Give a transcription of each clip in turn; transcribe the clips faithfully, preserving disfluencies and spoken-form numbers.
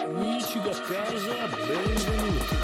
Amici da casa, benvenuti.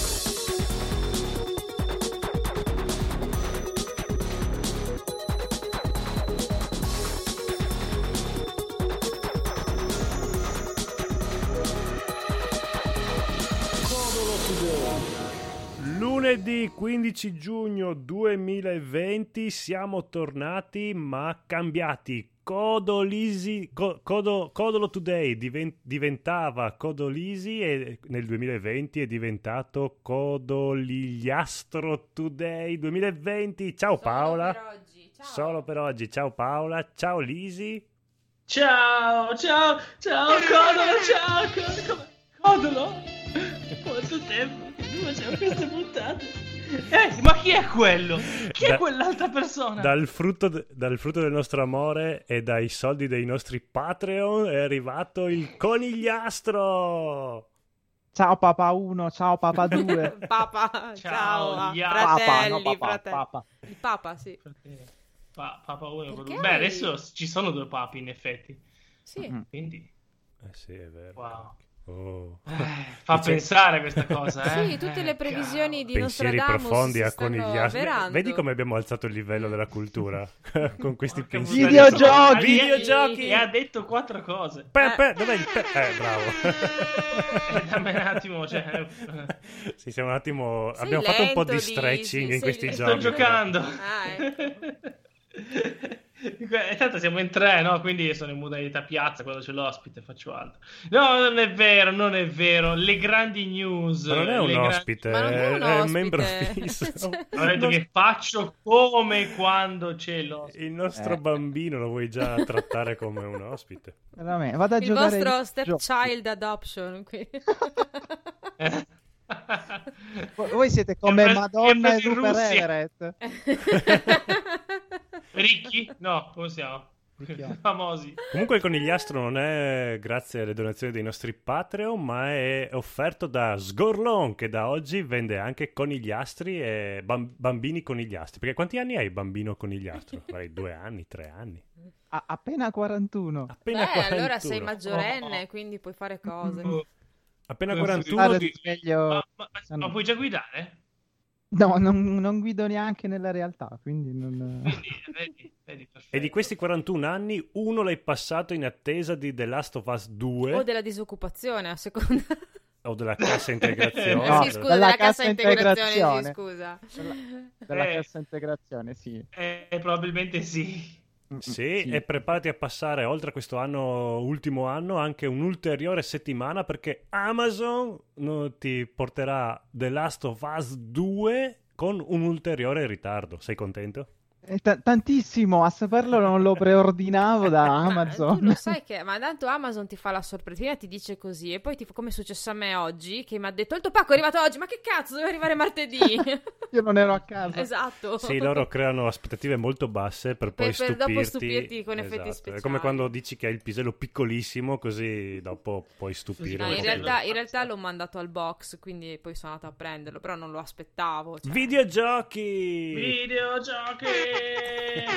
Lunedì quindici giugno duemilaventi siamo tornati ma cambiati. Codolisi, co, codo, Codolo Today divent, diventava Codolisi e nel duemilaventi è diventato Codoligliastro Today duemilaventi. Ciao Paola. Solo per oggi. Ciao. Solo per oggi. Ciao Paola. Ciao Lisi. Ciao, ciao, ciao Codolo, ciao Codolo. Codolo? Quanto tempo che non facevo queste puntate. Eh, ma chi è quello? Chi Da, è quell'altra persona? Dal frutto, de, dal frutto del nostro amore e dai soldi dei nostri Patreon è arrivato il conigliastro. Ciao Papa uno, ciao Papa due. Papa, ciao, Ciao, gli fratelli, Papa, no, papà, fratelli. Papa. Il Papa, sì. Pa- Papa uno. Perché Beh, hai- adesso ci sono due papi in effetti. Sì. Mm. Quindi, Eh sì, è vero. wow. Oh. Eh, fa Dice- pensare questa cosa, eh? Sì, tutte le previsioni di Pensieri Nostradamus profondi si a stanno conigliastro. avverando. Vedi come abbiamo alzato il livello della cultura con questi Porca pensieri. puttana. Videogiochi! Videogiochi! E ha detto quattro cose. Pe, pe, dov'è il pe? Eh, bravo. Eh, dammi un attimo, cioè... Sì, siamo un attimo. Sei abbiamo fatto un po' di lento, stretching Lisi, in sei questi lento. giorni. Sto giocando. Ah, E tanto siamo in tre, no? Quindi sono in modalità piazza, quando c'è l'ospite faccio altro. No, non è vero, non è vero. Le grandi news. Ma non è un le gra- ospite, Ma non è un è un ospite. membro fisso. Cioè- Ho detto che faccio come quando c'è l'ospite. Il nostro Eh. bambino lo vuoi già trattare come un ospite? Veramente, vado a Il giocare vostro ai stepchild adoption qui. Eh. Voi- Voi siete come È pres- Madonna è e preso in Super Russia. Everett. Ricchi? No, come siamo? Ricchiamo. Famosi. Comunque il conigliastro non è grazie alle donazioni dei nostri Patreon, ma è offerto da Sgorlon, che da oggi vende anche conigliastri e bam- bambini conigliastri. Perché quanti anni hai bambino conigliastro? Vai, due anni, tre anni? A- appena quarantuno. Appena Beh, allora quarantuno. sei maggiorenne, quindi puoi fare cose. Oh, Appena Non si quarantuno Fare di... il sveglio- Ma, ma- ma puoi già guidare? No, non, non guido neanche nella realtà, quindi non... Quindi, vedi, vedi, perfetto. E di questi quarantuno anni, uno l'hai passato in attesa di The Last of Us due O della disoccupazione, a seconda. o della cassa integrazione. No, sì, scusa, della della cassa cassa integrazione, sì, integrazione. scusa. della, della Eh. cassa integrazione, sì. Eh, probabilmente sì. Mm, Sì, e preparati a passare oltre a questo anno, ultimo anno, anche un'ulteriore settimana perché Amazon no, ti porterà The Last of Us due con un ulteriore ritardo. Sei contento? Eh, ta- tantissimo, a saperlo non lo preordinavo da Ma Amazon. tu lo sai che, ma tanto Amazon ti fa la sorpresina, ti dice così, e poi ti, come è successo a me oggi, che mi ha detto il tuo pacco è arrivato oggi, ma che cazzo, deve arrivare martedì. Io non ero a casa. Esatto. Sì, loro creano aspettative molto basse per poi Per- per dopo stupirti. stupirti con effetti Esatto. speciali. È come quando dici che hai il pisello piccolissimo, così dopo puoi Sì, stupire. No, in Sì, realtà, sì. in realtà l'ho mandato al box, quindi poi sono andata a prenderlo, però non lo aspettavo. Cioè. Videogiochi! Videogiochi!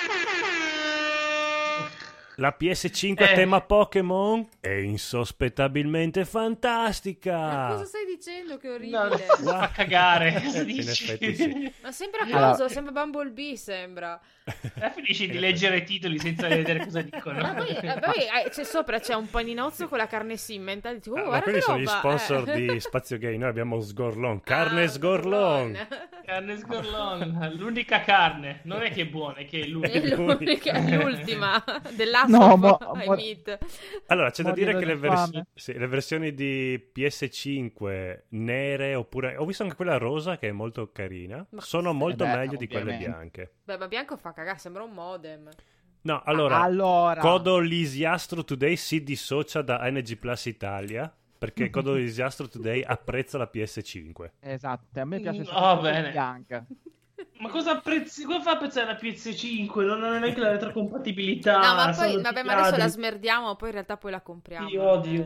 La P S cinque a Eh. tema Pokémon è insospettabilmente fantastica. Ma cosa stai dicendo? Che No, orribile. no, fa cagare. In dici? effetti sì. Ma sembra Allora- coso, sembra Bumblebee, sembra. Eh, finisci di leggere i titoli senza vedere cosa dicono. Ma poi, eh, poi eh, c'è sopra c'è un paninozzo con la carne simmentata. Dici, oh, Ah, ma guarda quelli che sono gli roba, sponsor eh. di Spazio Gay. Noi abbiamo Sgorlon, carne Ah, Sgorlon. Carne sgorlon, l'unica carne. Non è che è buona, è che è l'unica. È l'unica, è l'ultima dell'Asso No, mo- ai mo- meat. Allora, c'è da Morirò dire che di le, vers- fame. sì, le versioni di P S cinque nere, oppure ho visto anche quella rosa che è molto carina, Ma- sono molto Eh beh, meglio di quelle ovviamente. bianche. Beh, ma bianco fa cagare, sembra un modem. No, allora, Allora, Codolisiastro Today si dissocia da N G Plus Italia perché Codolisiastro Today apprezza la P S cinque. esatto, a me piace Mm, sempre oh, bene. bianca. Ma cosa, apprezzi, cosa fa apprezzare la P S cinque? Non ha neanche la retrocompatibilità. no, ma sono poi, vabbè, ma pigliati. adesso la smerdiamo, poi in realtà poi la compriamo. Io odio. Eh.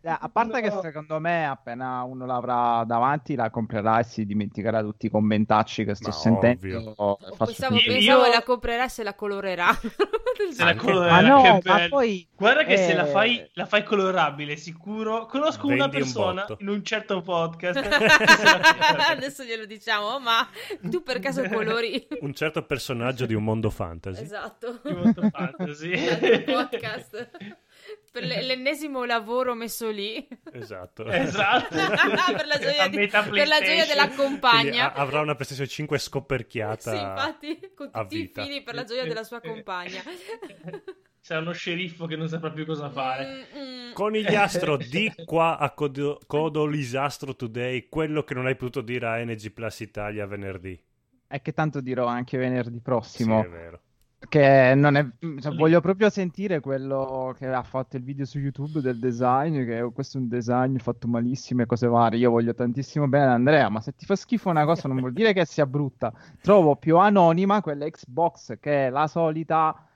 a parte che No. secondo me appena uno l'avrà davanti la comprerà e si dimenticherà tutti i commentacci che sto Ma sentendo. ovvio. Oh, Faccio pensavo, finta. Io- pensavo io- la comprerà se la colorerà. Se la Anche- colorerà, Ma no, che ma bello. poi Guarda che se la eh, fai, la fai colorabile, sicuro. Conosco una Vendi un persona botto. in un certo podcast che se la fa- Adesso glielo diciamo, ma tu per caso colori? Un certo personaggio di un mondo fantasy. Esatto. Di molto fantasy. Altro podcast. Per le- l'ennesimo lavoro messo lì. Esatto. Esatto. per, la gioia A di- metà per la gioia della PlayStation. Quindi compagna. a- avrà una PlayStation cinque scoperchiata. Sì, infatti, con a tutti i vita. fili per la gioia della sua compagna. C'è uno sceriffo che non sa proprio cosa fare. Mm, mm. Conigliastro, di qua a Codo- Codolisastro Today quello che non hai potuto dire a N G Plus Italia venerdì. è che tanto dirò anche venerdì Sì, prossimo. è vero. Che non è, cioè, voglio proprio sentire quello che ha fatto il video su YouTube del design, che questo è un design fatto malissimo e cose varie. Io voglio tantissimo bene ad Andrea, ma se ti fa schifo una cosa non vuol dire che sia brutta. Trovo più anonima quella Xbox, che è la solita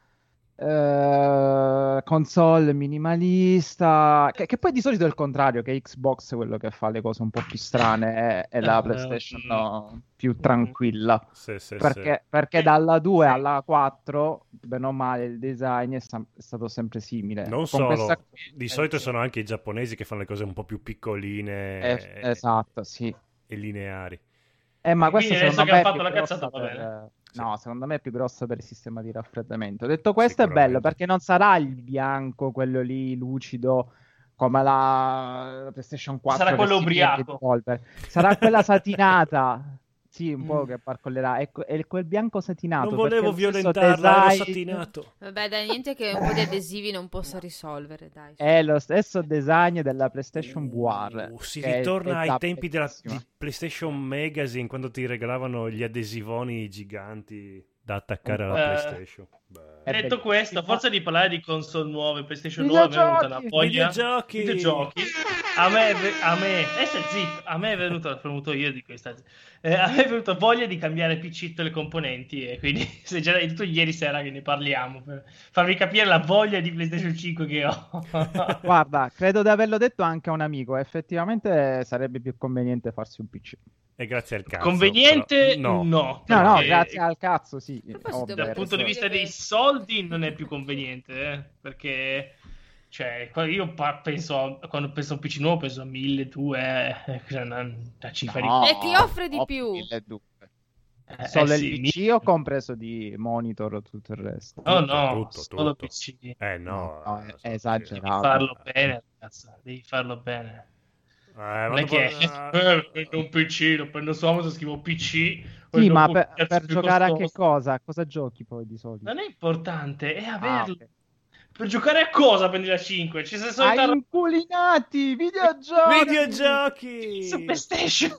eh, console minimalista, che, che poi di solito è il contrario, che Xbox è quello che fa le cose un po' più strane e, e la Eh, PlayStation mm. no, più tranquilla. Sì, sì, Perché, perché dalla due alla quattro, bene o male, il design è, sam- è stato sempre simile. sì. Non Con solo, questa qui- di eh, solito sì. sono anche i giapponesi che fanno le cose un po' più piccoline eh, e, esatto, sì. e lineari. Eh, ma E questa quindi adesso secondo che me hanno è fatto più la grossa cazzata, va per... bene. No, secondo me è più grossa per il sistema di raffreddamento. Detto questo, è bello Sicuramente. perché non sarà il bianco, quello lì lucido, come la, la PlayStation quattro. Sarà che quello si riempie di ubriaco. polvere. Sarà quella satinata. Sì, un po' Mm. che parcolerà. È, que- è quel bianco satinato. Non volevo perché è lo stesso violentarla, ero design- satinato. Vabbè, dai, niente che un po' di adesivi non possa risolvere, dai. È lo stesso design della PlayStation V R. Uh, si che è- ritorna è ai da tempi della bellissima. di PlayStation Magazine quando ti regalavano gli adesivoni giganti da attaccare alla Eh, PlayStation. Beh. È Detto bellissimo. questo, a forza di parlare di console nuove, PlayStation nuove, a me è venuta una Videogiochi! voglia. Videogiochi! Videogiochi. A me, è ve- a me, eh, stai zitto, a me è venuto, l'ho venuto io di questa. Eh, a me è venuta voglia di cambiare P C tutte le componenti e quindi se già è tutto ieri sera che ne parliamo per farvi capire la voglia di PlayStation cinque che ho. Guarda, credo di averlo detto anche a un amico. Effettivamente sarebbe più conveniente farsi un P C. E grazie al cazzo. Conveniente? però- No. no. No, no, perché grazie al cazzo, sì. proposito, ovvio, dal Beh, punto di adesso- vista dei soldi non è più conveniente, eh, perché cioè, qua- io pa- penso a- quando penso a un P C nuovo penso a mille, due, eh, cioè una, una cifra No, E chi offre di no, più? milleduecento. di eh, Solo eh, il sì, P C mi- o compreso di monitor o tutto il resto? No, Tutto, no, tutto, solo tutto. P C. Eh no, No, è- eh, è sono- esagerato. Devi farlo bene, ragazzi, devi farlo bene. Eh, ma Non è dopo- che eh, eh, prendo un P C, lo prendo su Amazon, scrivo P C. poi Sì, dopo ma un per, cazzo per più giocare a che costoso. cosa? A cosa giochi poi di solito? Non è importante, è Ah, averlo. ok. Per giocare a cosa prendi la cinque? Ci sei Hai solita inculinati, videogiochi! Videogiochi! su PlayStation.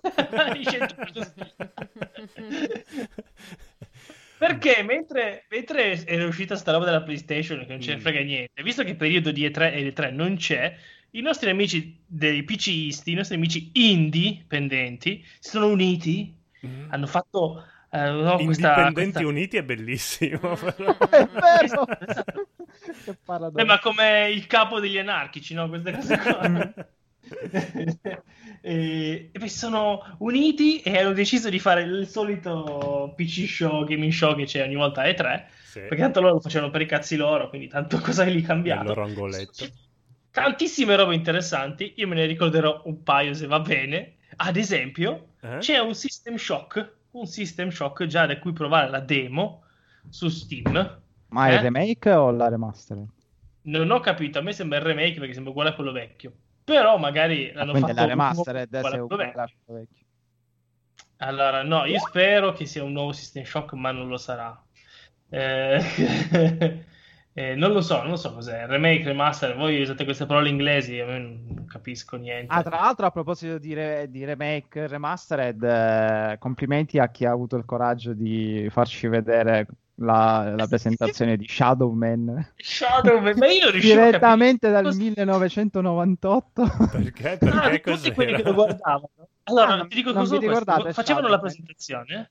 Perché mentre, mentre era uscita sta roba della PlayStation, che non ce ne Mm. frega niente, visto che il periodo di E tre e E tre non c'è, i nostri amici dei PCisti, i nostri amici indipendenti, si sono uniti, Mm. hanno fatto eh, no, questa, Indipendenti questa... Uniti è bellissimo. però. È vero! Che paradosso. Beh, ma come il capo degli anarchici, no? Queste cose qua. e, e poi si sono uniti e hanno deciso di fare il solito P C show, gaming show che c'è ogni volta a E tre, Sì, perché tanto loro lo facevano per i cazzi loro, quindi tanto cosa è lì nel cambiato. loro angoletto. Tantissime robe interessanti, io me ne ricorderò un paio se va bene. Ad esempio, Eh? c'è un System Shock, un System Shock già da cui provare la demo su Steam. Ma è il Eh? remake o la remaster? Non ho capito, a me sembra il remake perché sembra uguale a quello vecchio. Però magari l'hanno Quindi fatto la un remastered nuovo se è uguale a uguale quello a vecchio. quello vecchio. Allora, no, io spero che sia un nuovo System Shock, ma non lo sarà. Eh, eh, non lo so, non lo so cos'è. Remake, remaster, voi usate queste parole inglesi, a me non capisco niente. Ah, tra l'altro, a proposito di, re- di remake remastered, eh, complimenti a chi ha avuto il coraggio di farci vedere la, la presentazione di Shadow Man Shadow, ma io non riuscivo a direttamente capire. dal millenovecentonovantotto. Perché? Ah, Perché di tutti cos'era? quelli che lo guardavano. Allora, Ah, non- ti dico non cosa vi questo. ricordate Facevano Shadow la Man? presentazione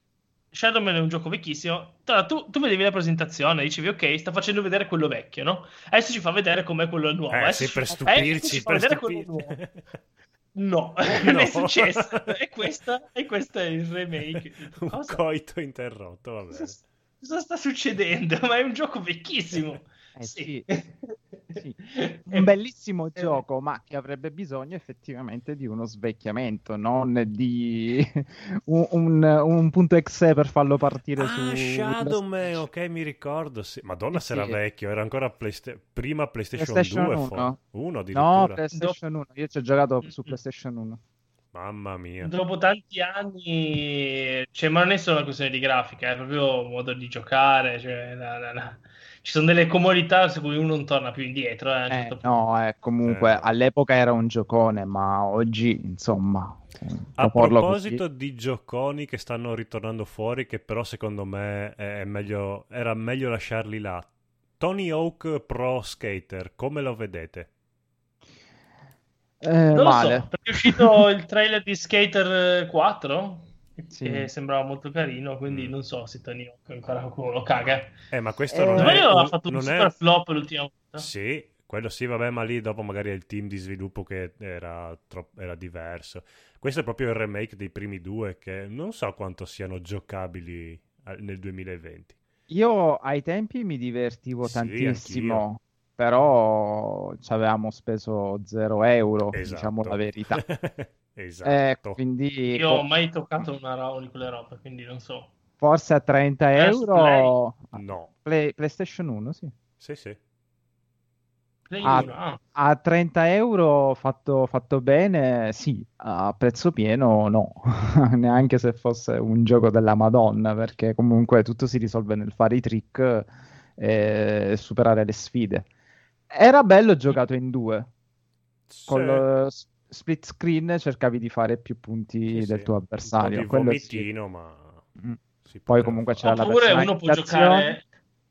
Shadowman è un gioco vecchissimo. Tra- Tu, tu vedevi la presentazione, dicevi ok, sta facendo vedere quello vecchio, no? Adesso ci fa vedere com'è quello nuovo. Eh, Adesso sì, ci per fa- stupirci, adesso ci fa per vedere quello nuovo. stupirci. No, No. non è successo. E questa, e questo è il remake. Un Cosa? coito interrotto, va Cosa, bene. cosa sta succedendo? Ma è un gioco vecchissimo. Eh Sì. sì, Eh, un bellissimo eh, gioco, ma che avrebbe bisogno effettivamente di uno svecchiamento, non di un, un- un punto exe per farlo partire su Ah, Shadowman, PlayStation. ok, mi ricordo. Sì. Madonna, Sì, se era sì. vecchio, era ancora Playsta- prima PlayStation, PlayStation due, uno. fo- uno No, addirittura. PlayStation uno. Io ci ho giocato su PlayStation uno. Mamma mia. Dopo tanti anni, cioè, ma non è solo una questione di grafica, è proprio un modo di giocare. Cioè, la- la- la- Ci sono delle comodità su cui uno non torna più indietro. Eh, a un Eh, certo punto. no, eh, comunque Eh, no. all'epoca era un giocone, ma oggi, insomma, se A proporlo proposito così. di gioconi che stanno ritornando fuori, che però secondo me è meglio, era meglio lasciarli là. Tony Hawk Pro Skater, come lo vedete? Eh, Non lo male. so, perché è uscito il trailer di Skater quattro Sì. e sembrava molto carino, quindi Mm. non so se Tony Hawk ancora qualcuno lo caga. Eh, ma questo Eh, non Ma è... io ha un- fatto un non super è... flop l'ultima volta. Sì, quello sì, vabbè, ma lì dopo magari è il team di sviluppo che era, tro- era diverso. Questo è proprio il remake dei primi due che non so quanto siano giocabili eh, nel duemilaventi. Io ai tempi mi divertivo Sì, tantissimo, anch'io. però ci avevamo speso zero euro, diciamo la Esatto. verità. Eh, Esatto. quindi Io ho fo- mai toccato una, ro- una di quelle robe, quindi non so. forse a trenta Era su euro... No. Play- PlayStation uno, sì. Sì, sì. Play A, uno, ah. a trenta euro fatto, fatto bene, sì, a prezzo pieno no, neanche se fosse un gioco della Madonna, perché comunque tutto si risolve nel fare i trick e superare le sfide. Era bello giocato in due, con Sì. lo s- split screen cercavi di fare più punti Sì, del sì. tuo Un po' avversario, di quello sì. vomitino, ma Mm. si Poi poteva comunque fare. c'era la Oppure uno può personalizzazione. giocare.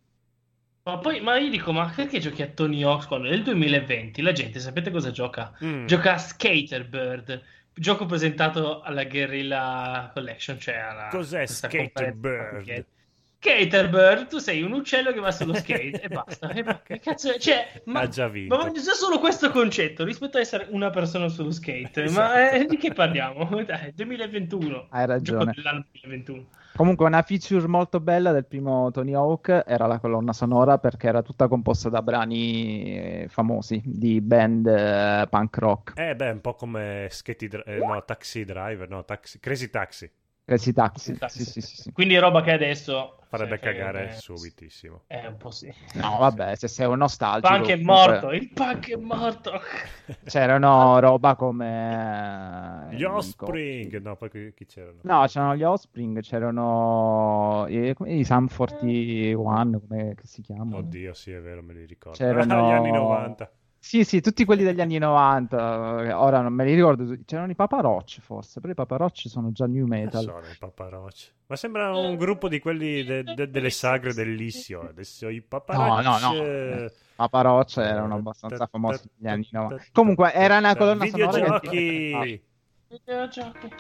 Ma poi, ma io dico, ma perché giochi a Tony Hawk quando nel duemilaventi la gente, sapete cosa gioca? Mm. Gioca a Skaterbird, gioco presentato alla Guerrilla Collection, cioè alla Cos'è questa conferenza Skaterbird? di Skaterbird, tu sei un uccello che va sullo skate e basta. E ma che cazzo è? Cioè, ma, Ha già vinto. ma già solo questo concetto rispetto a essere una persona sullo skate. Esatto. Ma eh, di che parliamo? Dai, duemilaventuno. Hai ragione. Gioco dell'anno duemilaventuno. Comunque una feature molto bella del primo Tony Hawk era la colonna sonora perché era tutta composta da brani eh, famosi di band eh, punk rock. Eh beh, un po' come Skate Dri- eh, no, Taxi Driver, no, taxi, Crazy Taxi. Crazy Taxi. Taxi. Sì, sì, sì, sì. Quindi è roba che adesso Farebbe se ne cagare frega- subitissimo. È un po' sì. No, vabbè, se sei un Il nostalgico. punk è comunque morto, il punk è morto. C'erano roba come... eh, Gli Offspring, no, poi chi, chi c'erano? No, c'erano gli Offspring, c'erano i, come- i Sum quarantuno, come che si chiamano? Oddio, sì, è vero, me li ricordo. C'erano... Ah, gli anni novanta. Sì, sì, tutti quelli degli anni novanta, ora non me li ricordo, c'erano i Papa Roach forse, però i Papa Roach sono già new Che metal. sono i Papa Roach? Ma sembra un gruppo di quelli de- de- delle sagre del Lissio. Adesso i Papa No, no, Roach... no, eh, Papa Roach erano abbastanza famosi negli anni novanta. Comunque era una colonna sonora che... Videogiochi! Videogiochi.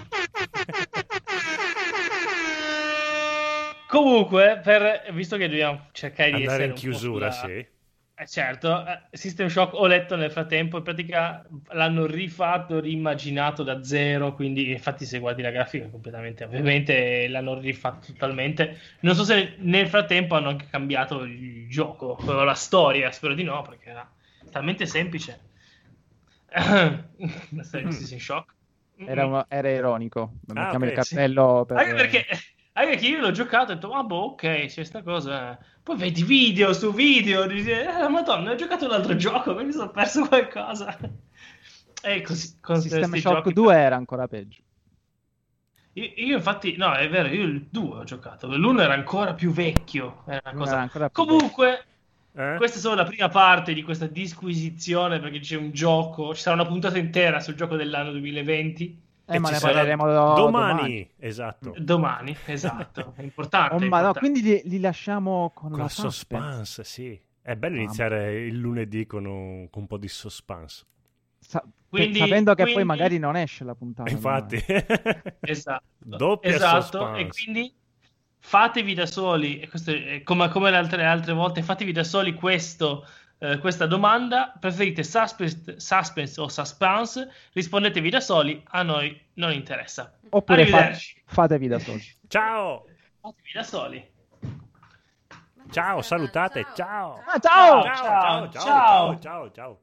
Comunque, per, visto che dobbiamo cercare di Andare essere in un po' chiusura, sulla- sì. Eh, certo, eh, System Shock ho letto nel frattempo, in pratica l'hanno rifatto, rimmaginato da zero, quindi infatti se guardi la grafica è completamente, ovviamente l'hanno rifatto totalmente. Non so se nel frattempo hanno anche cambiato il gioco, o la storia, spero di no, perché era talmente semplice. La storia di System Shock. Era, uno- era ironico, Ah, mettiamo ok, il cappello per... Anche perché, anche perché io l'ho giocato e ho detto, ah boh, ok, c'è sta cosa. Poi vedi video su video, dici, eh, madonna, ho giocato un altro gioco, quindi sono perso qualcosa. E così, con System questi Shock giochi- due era ancora peggio. Io, io infatti, no, è vero, io il due ho giocato, l'uno era ancora più vecchio. Era una L'uno cosa... era ancora più Comunque, Eh? questa è solo la prima parte di questa disquisizione, perché c'è un gioco, ci sarà una puntata intera sul gioco dell'anno duemilaventi. Eh, E ma ci ne sarà parleremo do- domani. domani. Esatto. Domani, esatto, è importante. Oh, è ma no, importante. quindi li, li lasciamo con, Con la la suspense. suspense, sì. È bello Mamma. iniziare il lunedì con un, con un po' di suspense. Sa- Quindi- sapendo che poi quindi- magari non esce la puntata. Infatti. Esatto, Doppia esatto. suspense. E quindi fatevi da soli, e questo è come, come le altre, altre volte, fatevi da soli questo, eh, questa domanda: preferite suspense, suspense o suspense? Rispondetevi da soli, a noi non interessa. Oppure fa- Arrivederci. fatevi da soli. Ciao! Fatevi da soli. Ciao, salutate, ciao! Ciao. Ah, ciao! Ciao, ciao, ciao, Ciao. ciao, ciao, ciao.